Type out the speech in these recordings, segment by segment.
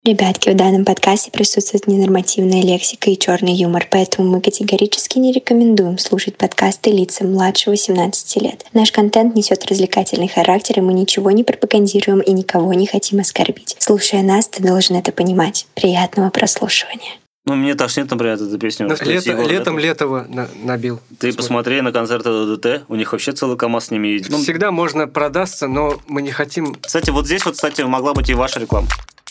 Ребятки, в данном подкасте присутствует ненормативная лексика и черный юмор, поэтому мы категорически не рекомендуем слушать подкасты лицам младше 18 лет. Наш контент несет развлекательный характер, и мы ничего не пропагандируем и никого не хотим оскорбить. Слушая нас, ты должен это понимать. Приятного прослушивания. Ну, мне тошнит, например, эту песню. Летом Летова набил. Ты посмотри на концерты ДДТ, у них вообще целый КамАЗ с ними едет. Всегда можно продастся, но мы не хотим... Кстати, вот здесь могла быть и ваша реклама.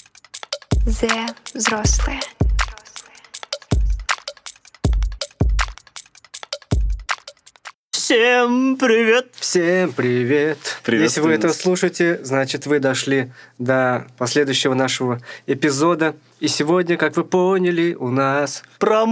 Взрослые. Всем привет! Всем привет! Если вы это слушаете, значит, вы дошли до последующего нашего эпизода. И сегодня, как вы поняли, у нас... Про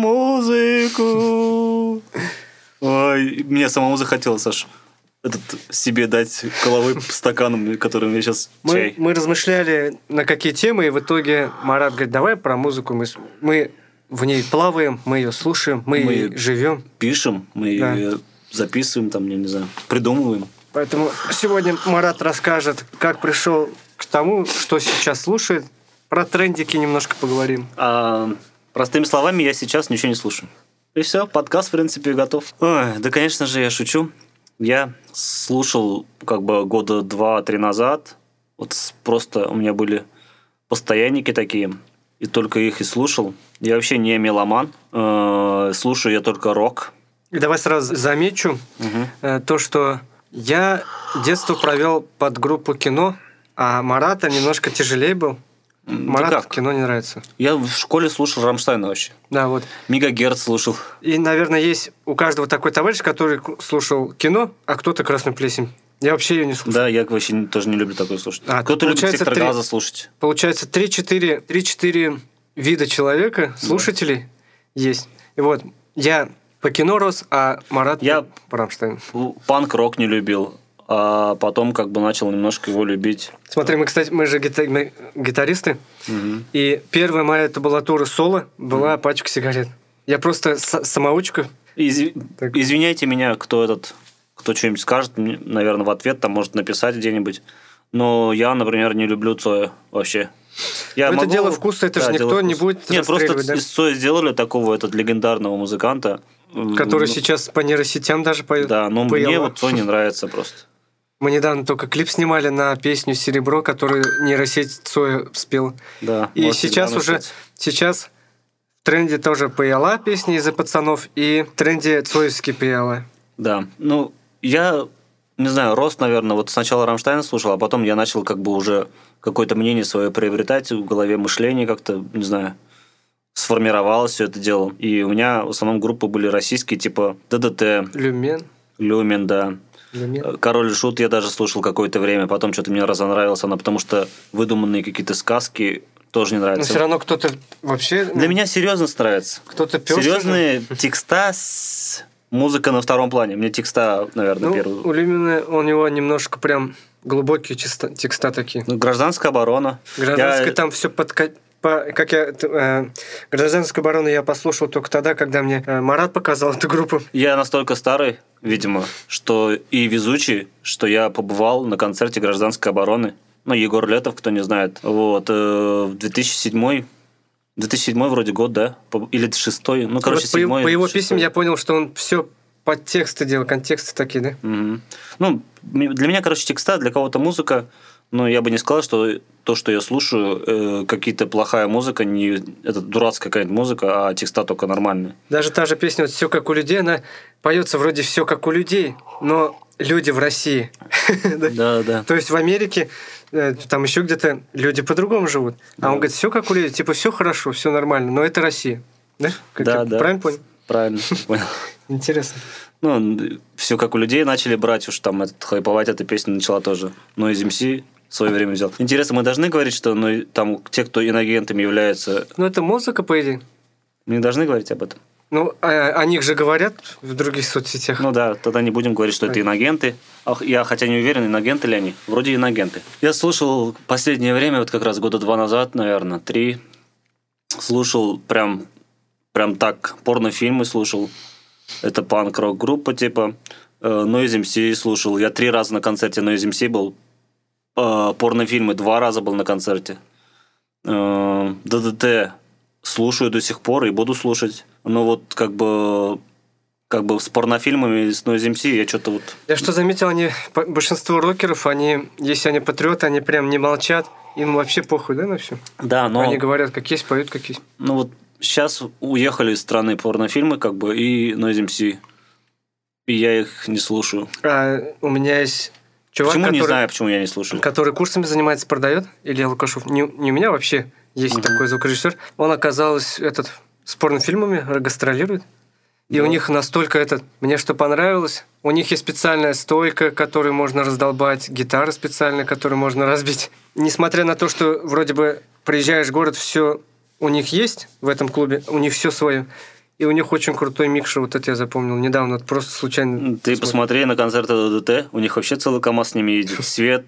музыку! Ой, мне самому захотелось, Саш, себе дать головой стаканом, которым я сейчас чай. Мы размышляли, на какие темы, и в итоге Марат говорит, давай про музыку. Мы в ней плаваем, мы ее слушаем, мы ей живем. Пишем, мы ее записываем, там, я не знаю, придумываем. Поэтому сегодня Марат расскажет, как пришел к тому, что сейчас слушает. Про трендики немножко поговорим. Простыми словами, я сейчас ничего не слушаю. И все, подкаст, в принципе, готов. Ой, да, конечно же, я шучу. Я слушал года 2-3 назад. Вот просто у меня были постоянники такие, и только их и слушал. Я вообще не меломан. Слушаю я только рок. И давай сразу замечу то, что я детство провел под группу кино, а Марата немножко тяжелее был. Марату кино не нравится. Я в школе слушал Рамштайна вообще. Да, вот. Мегагерц слушал. И, наверное, есть у каждого такой товарищ, который слушал кино, а кто-то «Красную плесень». Я вообще ее не слушаю. Да, я вообще тоже не люблю такое слушать. Кто-то любит «Сектор газа» слушать. Получается, 3-4 вида человека, слушателей есть. И вот я по кино рос, а Марат по Рамштайну. Панк-рок не любил. А потом начал немножко его любить. Смотри, мы же гитаристы. И первая моя табулатура соло была пачка сигарет. Я просто самоучка. Извиняйте меня, кто что-нибудь скажет, наверное, в ответ там может написать где-нибудь. Но я, например, не люблю Цоя вообще. Это дело вкуса, это же никто не будет расстреливать. Нет, просто из Цоя сделали такого легендарного музыканта. Который сейчас по нейросетям даже поет. Да, но мне вот Цой не нравится просто. Мы недавно только клип снимали на песню «Серебро», которую нейросеть Цоя спел. Да. И сейчас в тренде тоже «Паяла» песни из-за пацанов, и в тренде цоевский «Паяла». Да. Ну, я не знаю, рос, наверное, сначала Рамштайн слушал, а потом я начал уже какое-то мнение свое приобретать в голове, мышление как-то, не знаю, сформировалось все это дело. И у меня в основном группы были российские, типа ДДТ. Люмен, да. Король и Шут я даже слушал какое-то время, потом что-то мне разонравилось она, потому что выдуманные какие-то сказки тоже не нравятся. Но все равно кто-то вообще... Для меня серьезность нравится. Кто-то пёстрый. Серьезные текста, музыка на втором плане. Мне текста, наверное, первый. У Люмина у него немножко прям глубокие текста такие. Гражданская оборона. Гражданская там все гражданскую оборону я послушал только тогда, когда мне Марат показал эту группу. Я настолько старый, видимо, и везучий, что я побывал на концерте гражданской обороны. Егор Летов, кто не знает. В 2007 вроде год, да? Или 2006. Седьмой. По его письмам я понял, что он все подтексты делал, контексты такие, да? Для меня, текста, для кого-то музыка. Но я бы не сказал, что то, что я слушаю, какие-то плохая музыка, не это дурацкая какая-то музыка, а текста только нормальные. Даже та же песня «Все как у людей», она поется вроде «Все как у людей», но люди в России. Да. То есть в Америке, там еще где-то люди по-другому живут. А он говорит, все как у людей, типа все хорошо, все нормально, но это Россия. Да? Да. Правильно понял? Правильно понял. Интересно. Все как у людей начали брать, уж там хайповать эта песня начала тоже. Но из МС в свое время взял. Интересно, мы должны говорить, что там те, кто инагентами являются... это музыка, по идее. Мы не должны говорить об этом. О них же говорят в других соцсетях. Да, тогда не будем говорить, что это инагенты. Я хотя не уверен, инагенты ли они. Вроде инагенты. Я слушал последнее время, как раз года 2 назад, наверное, 3. Слушал прям так, порнофильмы слушал. Это панк-рок-группа типа. Noise MC слушал. Я 3 раза на концерте Noise MC был. Порнофильмы 2 раза был на концерте. ДДТ слушаю до сих пор и буду слушать. Но вот как бы с порнофильмами, с Noise MC я что-то вот... Я что заметил, большинство рокеров, если они патриоты, они прям не молчат, им вообще похуй, да, на все? Да, но... Они говорят, как есть, поют, как есть. Ну вот сейчас уехали из страны порнофильмы, как бы, и Noise MC. И я их не слушаю. У меня есть чувак, почему, не знаю, почему я не слушаю. Который курсами занимается, продает, Илья Лукашов. Не у меня вообще есть такой звукорежиссер. Он, оказалось, с порнофильмами гастролирует. И у них настолько мне что понравилось, у них есть специальная стойка, которую можно раздолбать, гитара специальная, которую можно разбить. Несмотря на то, что вроде бы приезжаешь в город, все у них есть в этом клубе, у них все свое. И у них очень крутой микшер, вот это я запомнил недавно, просто случайно. Ты посмотри на концерты ДДТ, у них вообще целый КамАЗ с ними едет. Свет,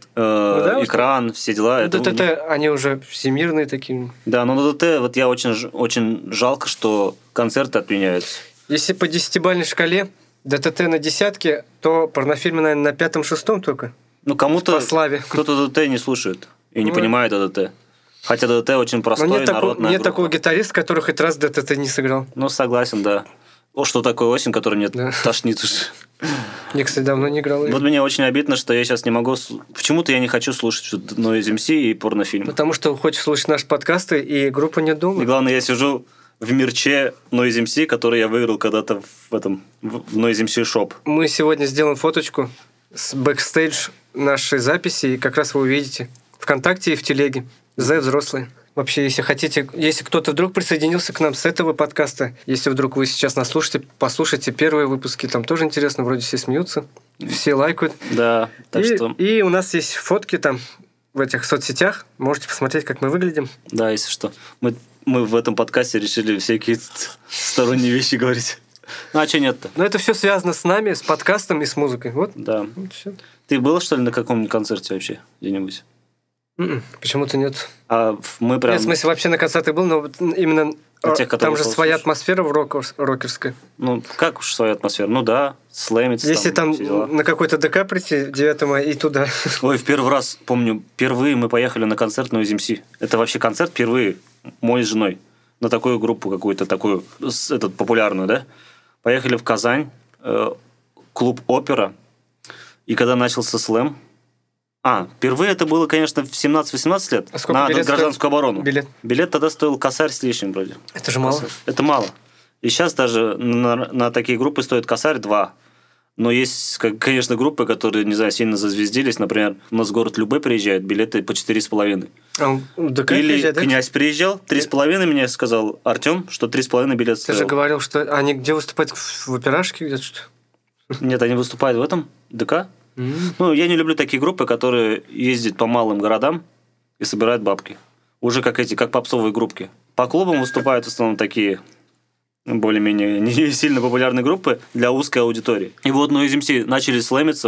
экран, все дела. ДДТ, они уже всемирные такие. Да, но на ДДТ вот я очень жалко, что концерты отменяются. Если по 10-бальной шкале ДТТ на десятке, то порнофильмы, наверное, на 5-6 только. Ну, кому-то... По славе. Кто-то ДДТ не слушает и не понимает ДДТ. Хотя ДДТ очень простой, народная нет такого гитариста, который хоть раз ДТТ не сыграл. Ну, согласен, да. Что такое осень, которая мне тошнит уже. Я, кстати, давно не играл. Вот мне очень обидно, что я сейчас не могу... Почему-то я не хочу слушать Noise MC и порнофильмы. Потому что хочешь слушать наши подкасты, и группа нет дома. И главное, я сижу в мерче Noise MC, который я выиграл когда-то в Noise MC Shop. Мы сегодня сделаем фоточку с бэкстейдж нашей записи, и как раз вы увидите ВКонтакте и в Телеге. За взрослые. Вообще, если хотите, если кто-то вдруг присоединился к нам с этого подкаста, если вдруг вы сейчас нас слушаете, послушайте первые выпуски, там тоже интересно, вроде все смеются, все лайкают. Да, так что... И у нас есть фотки там в этих соцсетях, можете посмотреть, как мы выглядим. Да, если что. Мы в этом подкасте решили всякие сторонние вещи говорить. Ну, а что нет-то? Но это все связано с нами, с подкастом и с музыкой. Вот. Да. Вот всё. Ты был, что ли, на каком-нибудь концерте вообще где-нибудь? Почему-то нет. Мы прям... Нет, в смысле, вообще на концерте был, но именно там же своя атмосфера в рокерской. Ну, как уж своя атмосфера? Ну да, слэмиться. Если там на какой-то ДК прийти 9 мая и туда. Ой, в первый раз, помню, впервые мы поехали на концерт Noise MC. Это вообще концерт впервые мой с женой. На такую группу какую-то, такую, популярную, да? Поехали в Казань, клуб «Опера». И когда начался слэм... впервые это было, конечно, в 17-18 лет. На гражданскую оборону. Билет тогда стоил косарь с лишним вроде. Это же мало. Это мало. И сейчас даже на такие группы стоит косарь 2. Но есть, конечно, группы, которые, не знаю, сильно зазвездились. Например, у нас в город Любэ приезжает, билеты по 4,5. Или князь приезжал, 3,5 мне сказал Артем, что 3,5 билет стоил. Ты же говорил, что они где выступают? В операшке где-то что-то? Нет, они выступают в этом ДК. Ну, я не люблю такие группы, которые ездят по малым городам и собирают бабки. Уже как попсовые группки. По клубам выступают в основном такие более-менее не сильно популярные группы для узкой аудитории. И вот Noise MC начали слэмиться.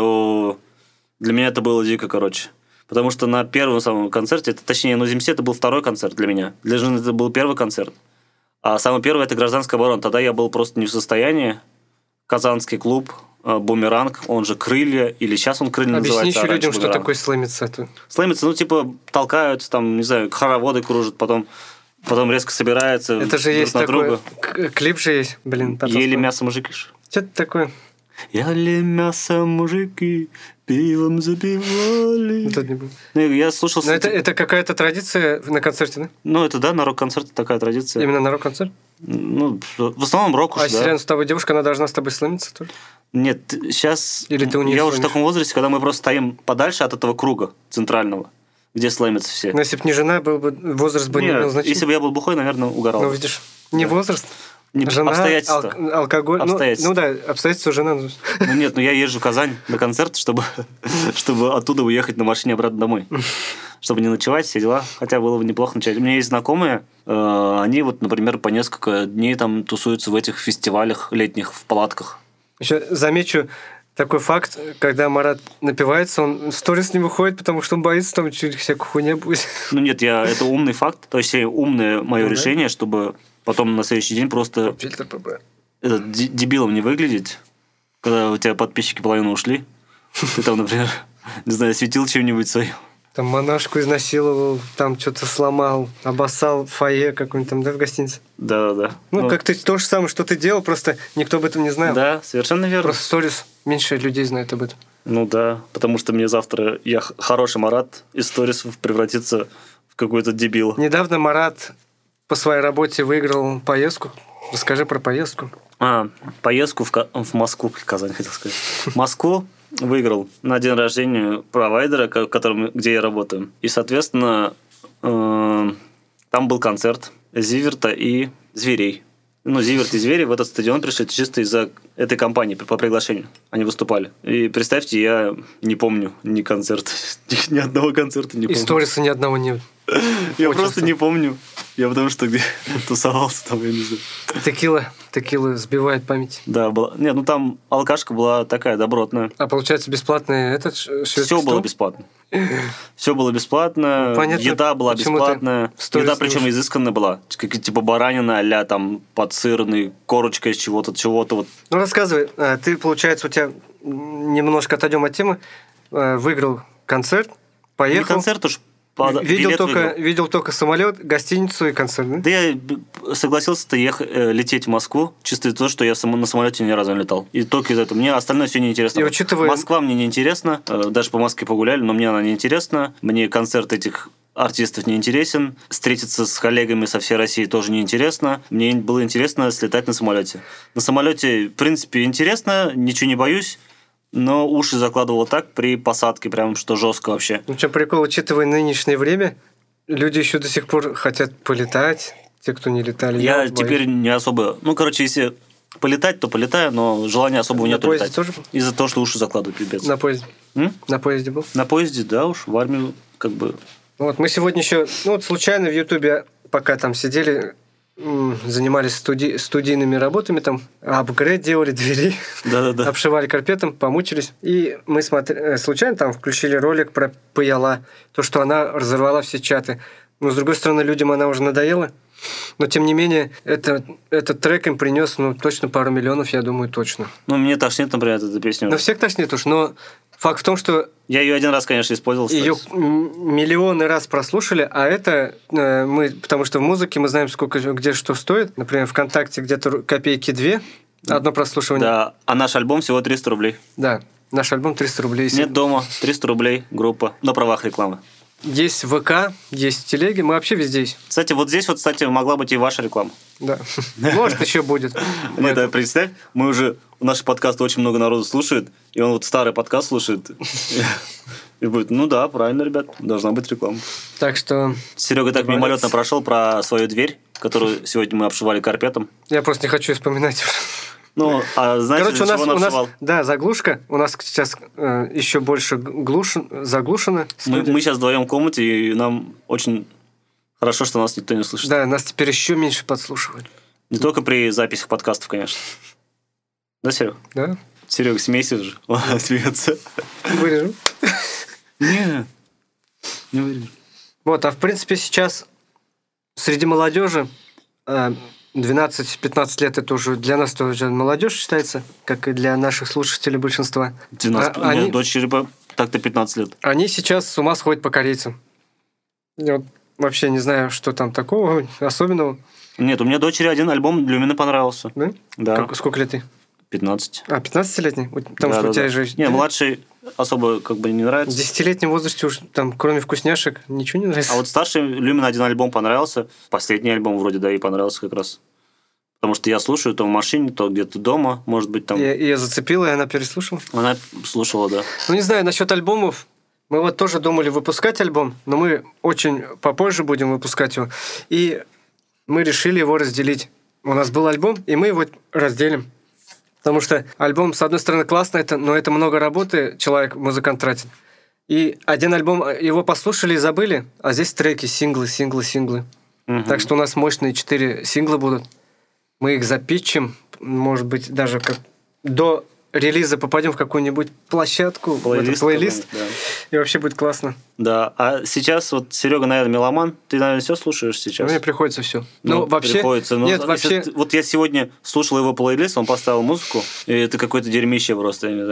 Для меня это было дико, короче. Потому что на первом самом концерте, точнее, Noise MC это был второй концерт для меня. Для жены это был первый концерт. А самый первый это гражданская оборона. Тогда я был просто не в состоянии. Казанский клуб, Бумеранг, он же Крылья, или сейчас он Крылья называется. Объясни еще людям, что такое слэмиться. Слэмиться, толкаются, там, не знаю, хороводы кружат, потом резко собираются. Это же есть такой клип же есть, Ели мясо мужики. Что-то такое. Ели мясо мужики, пивом запивали. Это не было. Я слушал... Но это какая-то традиция на концерте, да? Ну, это да, на рок-концерте такая традиция. Именно на рок-концерт? Ну, в основном рок уж, да. А если рядом с тобой девушка, она должна с тобой слэмиться тоже? Нет, сейчас... Или ты у нее я уже в таком возрасте, когда мы просто стоим подальше от этого круга центрального, где слэмятся все. Но если бы не жена, был бы возраст бы не имел значения. Если бы я был бухой, наверное, угорал. Ну, видишь, не возраст, жена, обстоятельства. Алкоголь. Обстоятельства. Обстоятельства жена. Ну нет, я езжу в Казань на концерт, чтобы оттуда уехать на машине обратно домой. Чтобы не ночевать, все дела. Хотя было бы неплохо ночевать. У меня есть знакомые, они например, по несколько дней там тусуются в этих фестивалях летних в палатках. Еще замечу такой факт, когда Марат напивается, он в сторис не выходит, потому что он боится, там чуть всякую хуйня будет. Ну нет, это умный факт, то есть умное мое решение, чтобы потом на следующий день просто дебилом не выглядеть, когда у тебя подписчики половину ушли. Ты там, например, не знаю, светил чем-нибудь своим. Там монашку изнасиловал, там что-то сломал, обоссал фойе какой-нибудь там, да, в гостинице? Да. Ну, как ты то же самое, что ты делал, просто никто об этом не знал. Да, совершенно верно. Просто сторис, меньше людей знает об этом. Ну да, потому что мне завтра хороший Марат из сторисов превратится в какой-то дебил. Недавно Марат по своей работе выиграл поездку. Расскажи про поездку. Поездку в Москву, в Казань, хотел сказать. Москву выиграл на день рождения провайдера, где я работаю. И, соответственно, там был концерт Зиверта и Зверей. Зиверт и Звери в этот стадион пришли чисто из-за этой компании по приглашению. Они выступали. И представьте, я не помню ни концерта, ни одного концерта не помню. И сториса ни одного нет. Я просто не помню. Я потому что где тусовался там, я не знаю. Текила сбивает память. Да, была. Нет, там алкашка была такая добротная. А получается бесплатный этот шведский Все было стол? бесплатно. Все было бесплатно. Понятно, еда была бесплатная. Еда, причем изысканная была. Типа баранина а-ля там подсырный, корочка из чего-то. Вот. Ну, рассказывай. Ты, получается, у тебя немножко отойдем от темы. Выиграл концерт, поехал. Не концерт уж. Видел только самолет, гостиницу и концерт, да? Да я согласился-то лететь в Москву, чисто из-за того, что я на самолете ни разу не летал. И только из-за этого. Мне остальное все неинтересно. И учитывая... Москва мне не интересна. Даже по Москве погуляли, но мне она не интересна. Мне концерт этих артистов не интересен. Встретиться с коллегами со всей России тоже не интересно. Мне было интересно слетать на самолете. На самолете, в принципе, интересно, ничего не боюсь. Но уши закладывало так при посадке, прям что жестко вообще. Ну, что прикол, учитывая нынешнее время, люди еще до сих пор хотят полетать, те, кто не летали. Я теперь не особо... если полетать, то полетаю, но желания особого нету летать. Тоже? Из-за того, что уши закладывают, пипец. На поезде? На поезде был? На поезде, да уж, в армию как бы... Вот, мы сегодня еще, случайно в Ютубе, пока там сидели, занимались студийными работами, там апгрейд делали двери, да. обшивали карпетом, помучились. И мы случайно там включили ролик про Паяла, то, что она разорвала все чаты. Но, с другой стороны, людям она уже надоела. Но, тем не менее, этот трек им принес точно пару миллионов, я думаю, точно. Мне тошнит, например, эту песню. Но всех тошнит уж, но факт в том, что... Я ее один раз, конечно, использовал. Ее миллионы раз прослушали, а это мы... Потому что в музыке мы знаем, сколько где что стоит. Например, ВКонтакте где-то копейки 2, одно прослушивание. Да, а наш альбом всего 300 рублей. Да, наш альбом 300 рублей. Нет дома, 300 рублей, группа, на правах рекламы. Есть ВК, есть телеги, мы вообще везде есть. Кстати, вот здесь могла быть и ваша реклама. Да. Может, еще будет. Нет, представь, наш подкаст очень много народу слушает, и он старый подкаст слушает. И будет, да, правильно, ребят, должна быть реклама. Так что... Серега так мимолетно прошел про свою дверь, которую сегодня мы обшивали карпетом. Я просто не хочу вспоминать. Знаете, короче, у нас заглушка. У нас сейчас еще больше заглушено. Мы сейчас вдвоем в комнате, и нам очень хорошо, что нас никто не слышит. Да, нас теперь еще меньше подслушивают. Не только при записях подкастов, конечно. Да, Серег? Да. Серега, смейся же. Он смеется. Вырежу. Не вырежу. Вот, а в принципе сейчас среди молодежи 12-15 лет это уже для нас тоже молодежь считается, как и для наших слушателей большинства. 12, дочери так-то 15 лет. Они сейчас с ума сходят по корейцам. Я вообще не знаю, что там такого особенного. Нет, у меня дочери один альбом Люмина понравился. Да? Да. Сколько лет ты? 15. 15-летний? Потому что у тебя же... Не, младший особо не нравится. В 10-летнем возрасте уже там, кроме вкусняшек, ничего не нравится. А вот старший Люмин один альбом понравился. Последний альбом вроде, и понравился как раз. Потому что я слушаю то в машине, то где-то дома, может быть, там... Я зацепила, и она переслушала? Она слушала, да. Не знаю, насчет альбомов. Мы тоже думали выпускать альбом, но мы очень попозже будем выпускать его. И мы решили его разделить. У нас был альбом, и мы его разделим. Потому что альбом, с одной стороны, классно, но это много работы музыкант тратит. И один альбом, его послушали и забыли, а здесь треки, синглы. Угу. Так что у нас мощные 4 сингла будут. Мы их запитчим, может быть, даже до релиза попадем в какую-нибудь площадку, плейлист, да. И вообще будет классно. Да, а сейчас Серега, наверное, меломан, ты, наверное, все слушаешь сейчас? Мне приходится все. Вообще... Приходится. Нет, вообще... Вот я сегодня слушал его плейлист, он поставил музыку, и это какое-то дерьмище просто, я не знаю.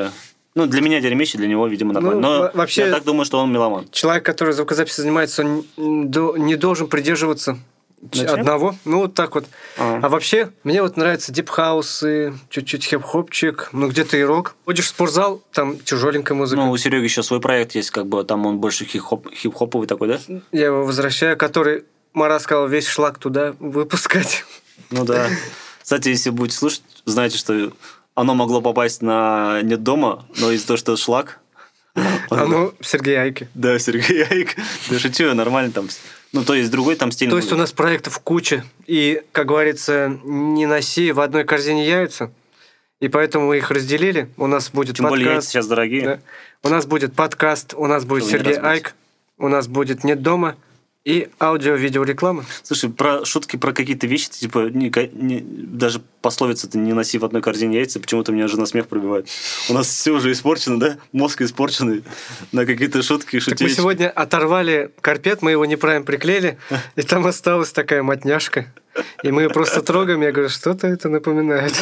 Ну, для меня дерьмище, для него, видимо, нормально. Но вообще, я так думаю, что он меломан. Человек, который звукозаписью занимается, он не должен придерживаться одного. Ну, вот так вот. А вообще, мне вот нравятся дипхаусы, чуть-чуть хип-хопчик, ну, где-то и рок. Ходишь в спортзал, там тяжеленькая музыка. Ну, у Сереги еще свой проект есть, как бы там он больше хип-хоповый такой, да? Я его возвращаю, который, Марат сказал, весь шлак туда выпускать. Ну да. Кстати, если будете слушать, знаете, что оно могло попасть на «Нет дома», но из-за того, что шлак... Оно в Сергей Айке. Да, Сергей Айк. Да шучу, нормально там. Ну, то есть другой там стиль. То есть у нас проектов куча. И, как говорится, не носи в одной корзине яйца. И поэтому мы их разделили. У нас будет Тем подкаст. более яйца сейчас дорогие. Да. У нас будет подкаст, у нас будет Сергей Айк, у нас будет «Нет дома» и аудио-видеореклама. Слушай, про шутки про какие-то вещи, типа, даже пословица-то «не носи в одной корзине яйца», почему-то меня жена смех пробивает. У нас все уже испорчено, да? Мозг испорченный на какие-то шутки и шутеечки. Так мы сегодня оторвали карпет, мы его неправильно приклеили, и там осталась такая мотняшка. И мы ее просто трогаем, я говорю, что-то это напоминает.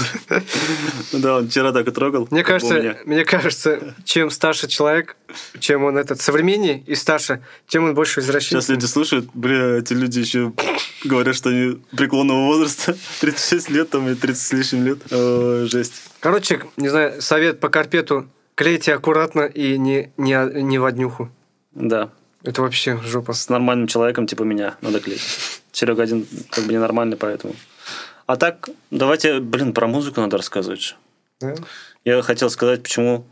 Да, он вчера так и трогал. Мне кажется, чем старше человек, чем он современнее и старше, тем он больше извращенец. Сейчас люди слушают, бля, эти люди еще говорят, что они преклонного возраста, 36 лет там и 30 с лишним лет. Жесть. Короче, не знаю, совет по карпету: клейте аккуратно и не в однюху. Да. Это вообще жопа. С нормальным человеком, типа меня, надо клеить. Серега один как бы ненормальный, поэтому. А так, давайте, про музыку надо рассказывать. Да. Я хотел сказать, почему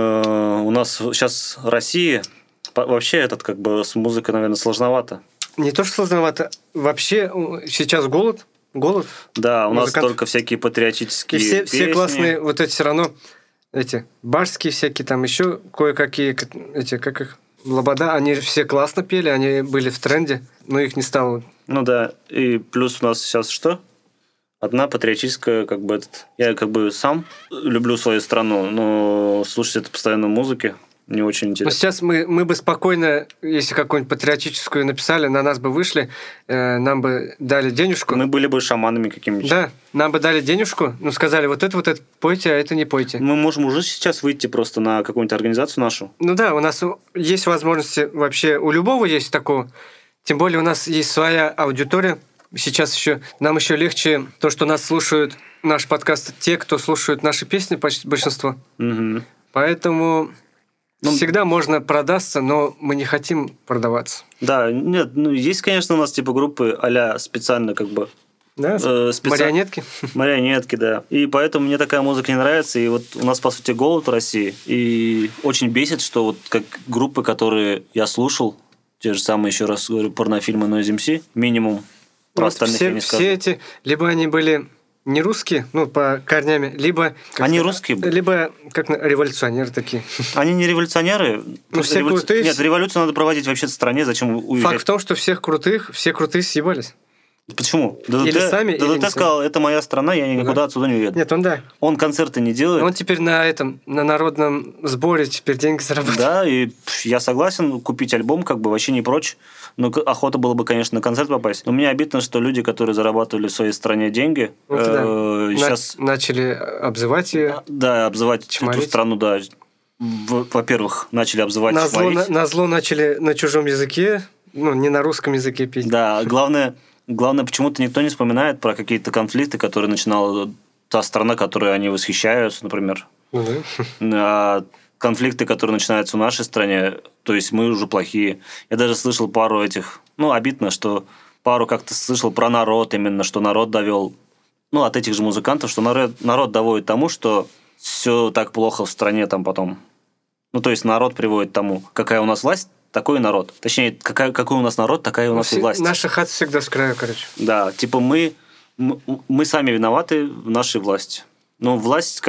у нас сейчас в России вообще с музыкой, наверное, сложновато. Не то, что сложновато. Вообще сейчас голод. Да, у нас только всякие патриотические песни. Все классные, вот эти все равно, башские всякие, там еще кое-какие, как их, Лобода, они все классно пели, они были в тренде, но их не стало. Ну да, и плюс у нас сейчас что? Одна патриотическая, я сам люблю свою страну, но слушать это постоянно в музыке не очень интересно. Но сейчас мы бы спокойно, если какую-нибудь патриотическую написали, на нас бы вышли, нам бы дали денежку. Мы были бы шаманами какими-нибудь. Да, нам бы дали денежку, сказали, вот это пойте, а это не пойте. Мы можем уже сейчас выйти просто на какую-нибудь организацию нашу. Ну да, у нас есть возможности вообще, у любого есть такого. Тем более у нас есть своя аудитория. Сейчас нам еще легче то, что нас слушают, наш подкаст, те, кто слушают наши песни, почти большинство. Угу. Поэтому всегда можно продаться, но мы не хотим продаваться. Да, нет, есть, конечно, у нас группы а-ля специально Да, марионетки. Марионетки, да. И поэтому мне такая музыка не нравится. И вот у нас, по сути, голод в России. И очень бесит, что как группы, которые я слушал, те же самые, еще раз говорю, порнофильмы Noise MC, минимум. Про остальных я не скажу. Все эти, либо они были не русские, по корнями, либо... Они русские были. Либо как революционеры такие. Они не революционеры. Все крутые. Нет, революцию надо проводить вообще в стране, зачем уезжать? Факт в том, что все крутые съебались. Почему? ДДТ сказал, это моя страна, я никуда отсюда не уеду. Нет, Он концерты не делает. Он теперь на народном сборе теперь деньги зарабатывает. Да, и я согласен, купить альбом вообще не прочь. Но охота было бы, конечно, на концерт попасть. Но мне обидно, что люди, которые зарабатывали в своей стране деньги, сейчас... Начали обзывать ее. Да, обзывать эту страну, да. Во-первых, начали обзывать, чморить. Назло начали на чужом языке, не на русском языке петь. Да, главное, почему-то никто не вспоминает про какие-то конфликты, которые начинала та страна, которой они восхищаются, например. А конфликты, которые начинаются в нашей стране, то есть мы уже плохие. Я даже слышал пару обидно, что пару как-то слышал про народ именно, что народ довел, от этих же музыкантов, что народ доводит тому, что все так плохо в стране там потом. То есть народ приводит к тому, какая у нас власть, такой и народ. Точнее, какой у нас народ, такая у нас и власть. Наша хата всегда с краю, короче. Да, мы сами виноваты в нашей власти. Но власть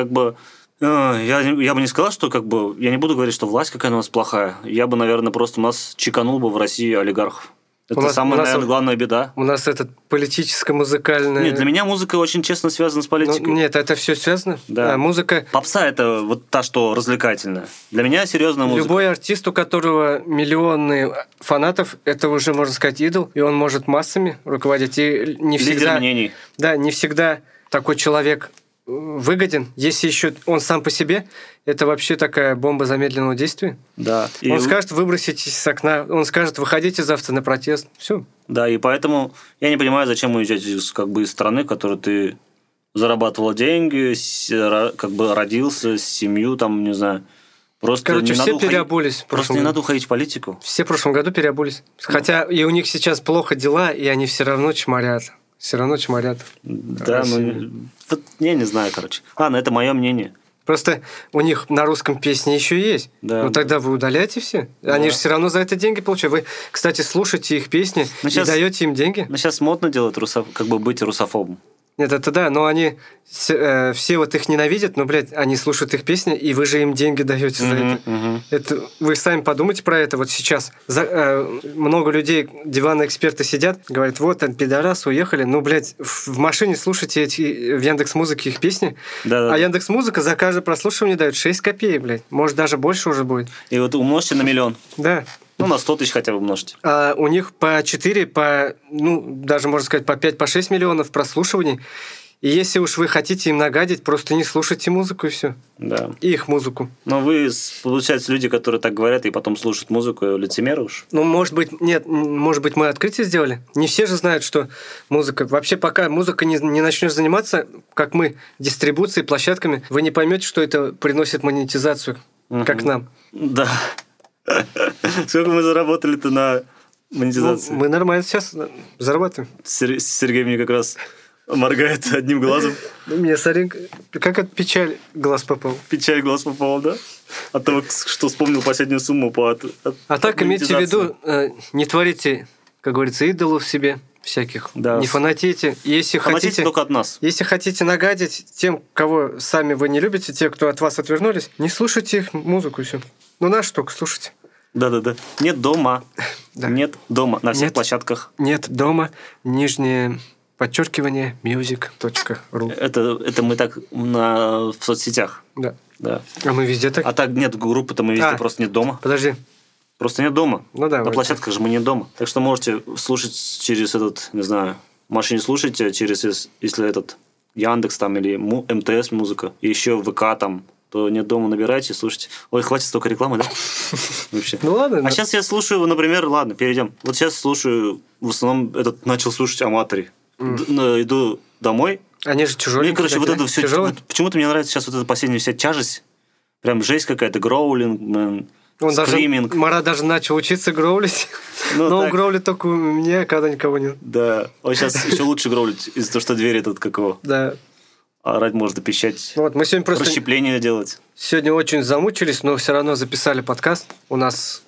я бы не сказал, что я не буду говорить, что власть какая у нас плохая. Я бы, наверное, просто у нас чеканул бы в России олигархов. Это самая, наверное, главная беда. У нас политическо-музыкальная... Нет, для меня музыка очень честно связана с политикой. Нет, это все связано. Да. Музыка... Попса – это та, что развлекательная. Для меня серьезная музыка. Любой артист, у которого миллионы фанатов, это уже, можно сказать, идол, и он может массами руководить. И не всегда... Лидер мнений. Да, не всегда такой человек выгоден. Если еще он сам по себе, это вообще такая бомба замедленного действия. Да. Он скажет, выброситесь с окна, он скажет, выходите завтра на протест. Все. Да, и поэтому я не понимаю, зачем уезжать из страны, в которой ты зарабатывал деньги, как бы родился, семью, там, не знаю. Просто Короче, не все надо переобулись. Просто не надо уходить в политику. Все в прошлом году переобулись. Хотя и у них сейчас плохо дела, и они все равно чморят. Да, вот я не знаю, короче. Ладно, это мое мнение. Просто у них на русском песни еще есть. Да. Ну тогда вы удаляйте все. Да. Они же все равно за это деньги получают. Вы, кстати, слушаете их песни и даете им деньги. Ну сейчас модно делать как бы быть русофобом. Нет, это да, но они все вот их ненавидят, но, блядь, они слушают их песни, и вы же им деньги даете за это. Это. Вы сами подумайте про это. Вот сейчас много людей, диванные эксперты сидят, говорят, вот, там, пидорасы уехали. Ну, блядь, в машине слушайте в Яндекс.Музыке их песни, а Яндекс.Музыка за каждое прослушивание дает 6 копеек, блядь. Может, даже больше уже будет. И вот умножьте на 1 миллион. Да. Ну, на 100 тысяч хотя бы умножьте. А у них по 4, даже, можно сказать, по 5, по 6 миллионов прослушиваний. И если уж вы хотите им нагадить, просто не слушайте музыку и все. Да. И их музыку. Но вы, получается, люди, которые так говорят и потом слушают музыку, лицемеры уж. Ну, может быть, мы открытие сделали. Не все же знают, что музыка... Вообще, пока музыка не начнешь заниматься, как мы, дистрибуцией, площадками, вы не поймете, что это приносит монетизацию, как нам. Да. Сколько мы заработали-то на монетизации? Мы нормально сейчас зарабатываем. Сергей мне как раз моргает одним глазом. Мне, смотри, как от печаль глаз попал. Печаль глаз попал, да? От того, что вспомнил последнюю сумму А так имейте в виду, не творите, как говорится, идолов в себе всяких. Да. Не фанатите. Если фанатите только от нас. Если хотите нагадить тем, кого сами вы не любите, те, кто от вас отвернулись, не слушайте их музыку и все. Ну, нашу только слушайте. Да. Нет дома. Да. Нет дома на всех площадках. Нет дома. Нижнее подчеркивание music.ru. Это мы так в соцсетях. Да. Да. А мы везде так. А так нет группы-то мы везде просто нет дома. Подожди. Просто нет дома. Ну да. На площадках же мы нет дома. Так что можете слушать через не знаю, в машине слушайте через, если Яндекс там или МТС музыка, и еще ВК там, то нет дома набирайте, слушайте. Ой, хватит столько рекламы, да? Вообще. Ну ладно. А сейчас я слушаю, например, ладно, перейдем. Вот сейчас слушаю, в основном начал слушать Аматори. Иду домой. Они же тяжелые. Мне, короче, вот это все... Почему-то мне нравится сейчас вот эта последняя вся тяжесть. Прям жесть какая-то, гроулинг, скриминг. Марат даже начал учиться гроулить. Но он гроулит только у меня, когда никого нет. Да. Он сейчас еще лучше гроулить из-за того, что двери тут какого. Да. Орать можно, пищать. Вот, мы сегодня просто... Расщепление делать. Сегодня очень замучились, но все равно записали подкаст. У нас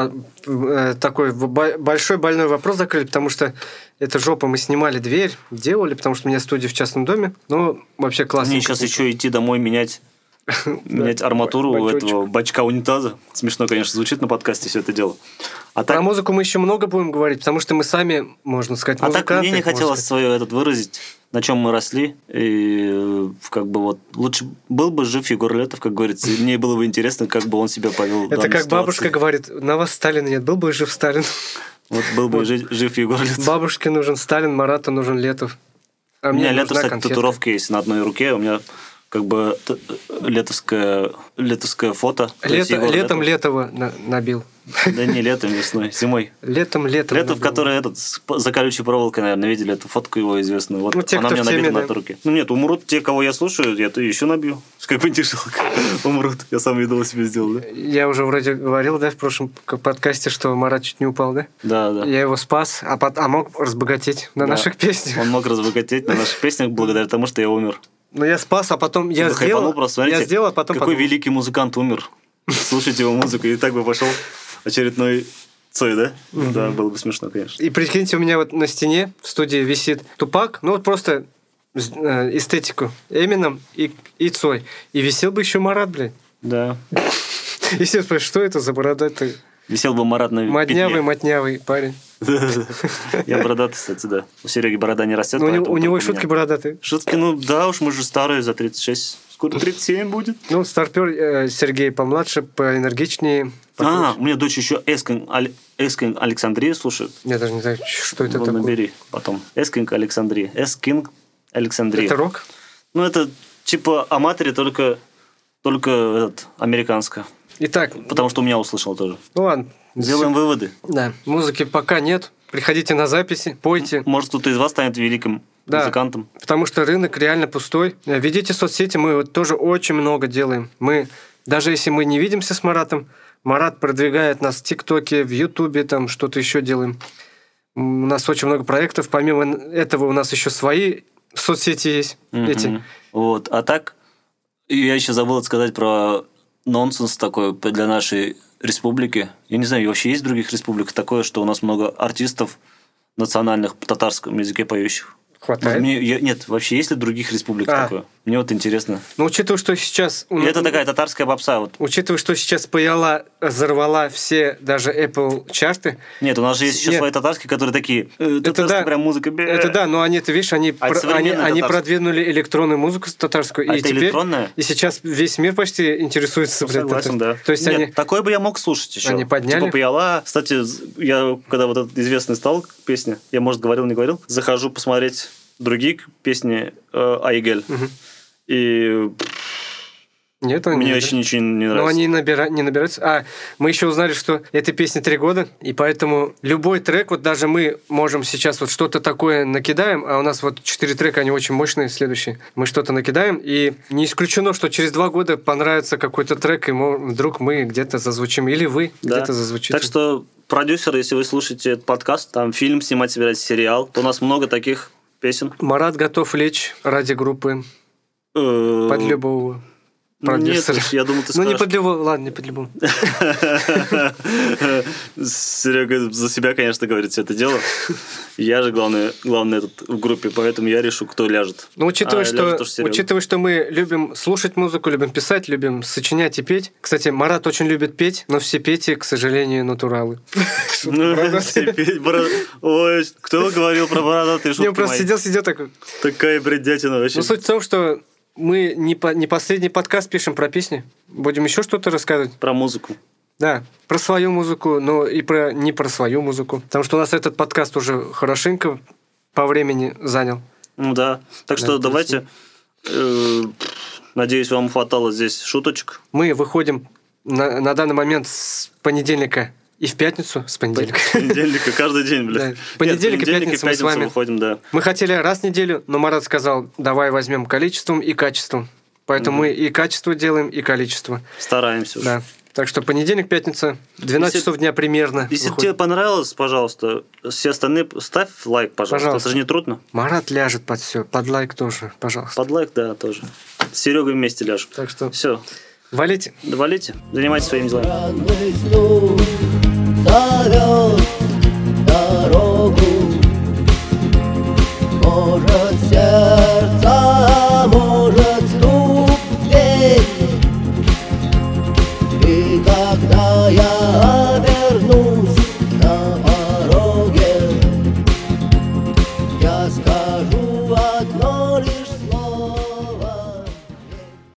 такой большой больной вопрос закрыли, потому что это жопа. Мы снимали дверь, делали, потому что у меня студия в частном доме. Ну, вообще классно. Мне сейчас еще идти домой менять арматуру у этого бачка унитаза. Смешно, конечно, звучит на подкасте все это дело. Про музыку мы еще много будем говорить, потому что мы сами, можно сказать, музыканты. А так мне не хотелось свое выразить, на чем мы росли. И как бы вот лучше был бы жив Егор Летов, как говорится. И мне было бы интересно, как бы он себя повел. Это как бабушка говорит, на вас Сталина нет, был бы жив Сталин. Вот был бы жив Егор Летов. Бабушке нужен Сталин, Марату нужен Летов. У меня Летов, кстати, татуировка есть на одной руке. У меня как бы летовское фото. Летом Летова набил. Да не летом, весной, зимой. Летом. Летов, который за колючей проволокой, наверное, видели эту фотку его известную. Вот она у меня набита на руке. Ну нет, умрут те, кого я слушаю, я еще набью. Как бы не жалко. Умрут. Я сам идол себе сделал, да? Я уже вроде говорил, да, в прошлом подкасте, что Марат чуть не упал, да? Да. Я его спас, а мог разбогатеть на наших песнях. Он мог разбогатеть на наших песнях благодаря тому, что я умер. Ну, я спас, а потом я сделал, а потом... Какой великий музыкант умер. Слушайте его музыку, и так бы пошел очередной Цой, да? Да, было бы смешно, конечно. И прикиньте, у меня вот на стене в студии висит Тупак, ну вот просто эстетику Эмином и Цой. И висел бы еще Марат, блядь. Да. И все спрашивают, что это за бородатый... Висел бы Марат на петле. Мотнявый парень. Я бородатый, кстати, да. У Сереги борода не растет. У него шутки бородатые. Шутки, да уж, мы же старые, за 36. Скоро 37 будет. Ну, старпер Сергей помладше, поэнергичнее. У меня дочь еще Эскинг Александрия слушает. Я даже не знаю, что это такое. Набери потом. Эскинг Александрия. Это рок? Ну, это типа о матери, только американская. Итак, Потому что у меня услышал тоже. ну ладно. Сделаем выводы. Да, музыки пока нет. Приходите на записи, пойте. Может, кто-то из вас станет великим музыкантом. Потому что рынок реально пустой. Ведите соцсети, мы вот тоже очень много делаем. Мы, даже если мы не видимся с Маратом, Марат продвигает нас в ТикТоке, в Ютубе, там что-то еще делаем. У нас очень много проектов. Помимо этого у нас еще свои соцсети есть. Эти. Вот. А так, я еще забыл сказать про нонсенс такой для нашей республики. Я не знаю, вообще есть в других республиках такое, что у нас много артистов национальных в татарском языке поющих? Хватает? Нет, вообще есть ли в других республиках такое? Мне вот интересно. Но учитывая, что сейчас... Это такая татарская попса. Вот. Учитывая, что сейчас Паяла взорвала все даже Apple чарты. Нет, у нас же есть еще свои татарские, которые такие... Татарская прям музыка. Это да, но они, ты видишь, они продвинули электронную музыку татарскую. А это электронная? И сейчас весь мир почти интересуется. Согласен, да. То есть Нет, такое бы я мог слушать еще. Они подняли. Типа Паяла. Кстати, я, когда вот этот известный стал песня, я, может, говорил, не говорил, захожу посмотреть другие песни Айгель. И нет, мне вообще ничего не нравится. Но они не набираются. Мы еще узнали, что этой песне 3 года, и поэтому любой трек, вот даже мы можем сейчас вот что-то такое накидаем, а у нас вот 4 трека, они очень мощные, следующие. Мы что-то накидаем, и не исключено, что через 2 года понравится какой-то трек, и вдруг мы где-то зазвучим, или вы где-то зазвучите. Так что, продюсеры, если вы слушаете этот подкаст, там фильм снимать собираетесь, сериал, то у нас много таких песен. Марат готов лечь ради группы под любого продюсера. Нет, я думал, ты скажешь. Ну, не под любого, ладно, не под любого. Серега за себя, конечно, говорит все это дело. Я же главный этот в группе, поэтому я решу, кто ляжет. Ну, учитывая, что мы любим слушать музыку, любим писать, любим сочинять и петь. Кстати, Марат очень любит петь, но все пети, к сожалению, натуралы. Ой, кто говорил про бородатые шутки? Я просто сидел такой. Такая бредятина вообще. Ну, суть в том, что мы не последний подкаст пишем про песни. Будем еще что-то рассказывать. Про музыку. Да, про свою музыку, но и не про свою музыку. Потому что у нас этот подкаст уже хорошенько по времени занял. Ну да. Так что давайте... Надеюсь, вам хватало здесь шуточек. Мы выходим на данный момент с понедельника и в пятницу. С понедельника. Понедельника, каждый день, блядь. Да. Понедельник и пятница мы с вами выходим, да. Мы хотели раз в неделю, но Марат сказал, давай возьмем количеством и качеством. Поэтому мы и качество делаем, и количество. Стараемся уже. Да. Так что понедельник, пятница, 12 часов дня примерно. Если тебе понравилось, пожалуйста, все остальные ставь лайк, пожалуйста. Это же не трудно. Марат ляжет под все. Под лайк тоже, пожалуйста. Под лайк, да, тоже. С Серегой вместе ляжем. Так что все. Валите. Да валите. Занимайтесь своими делами. Зовет дорогу, может сердце, может стук дверь. И когда я вернусь на пороге, я скажу.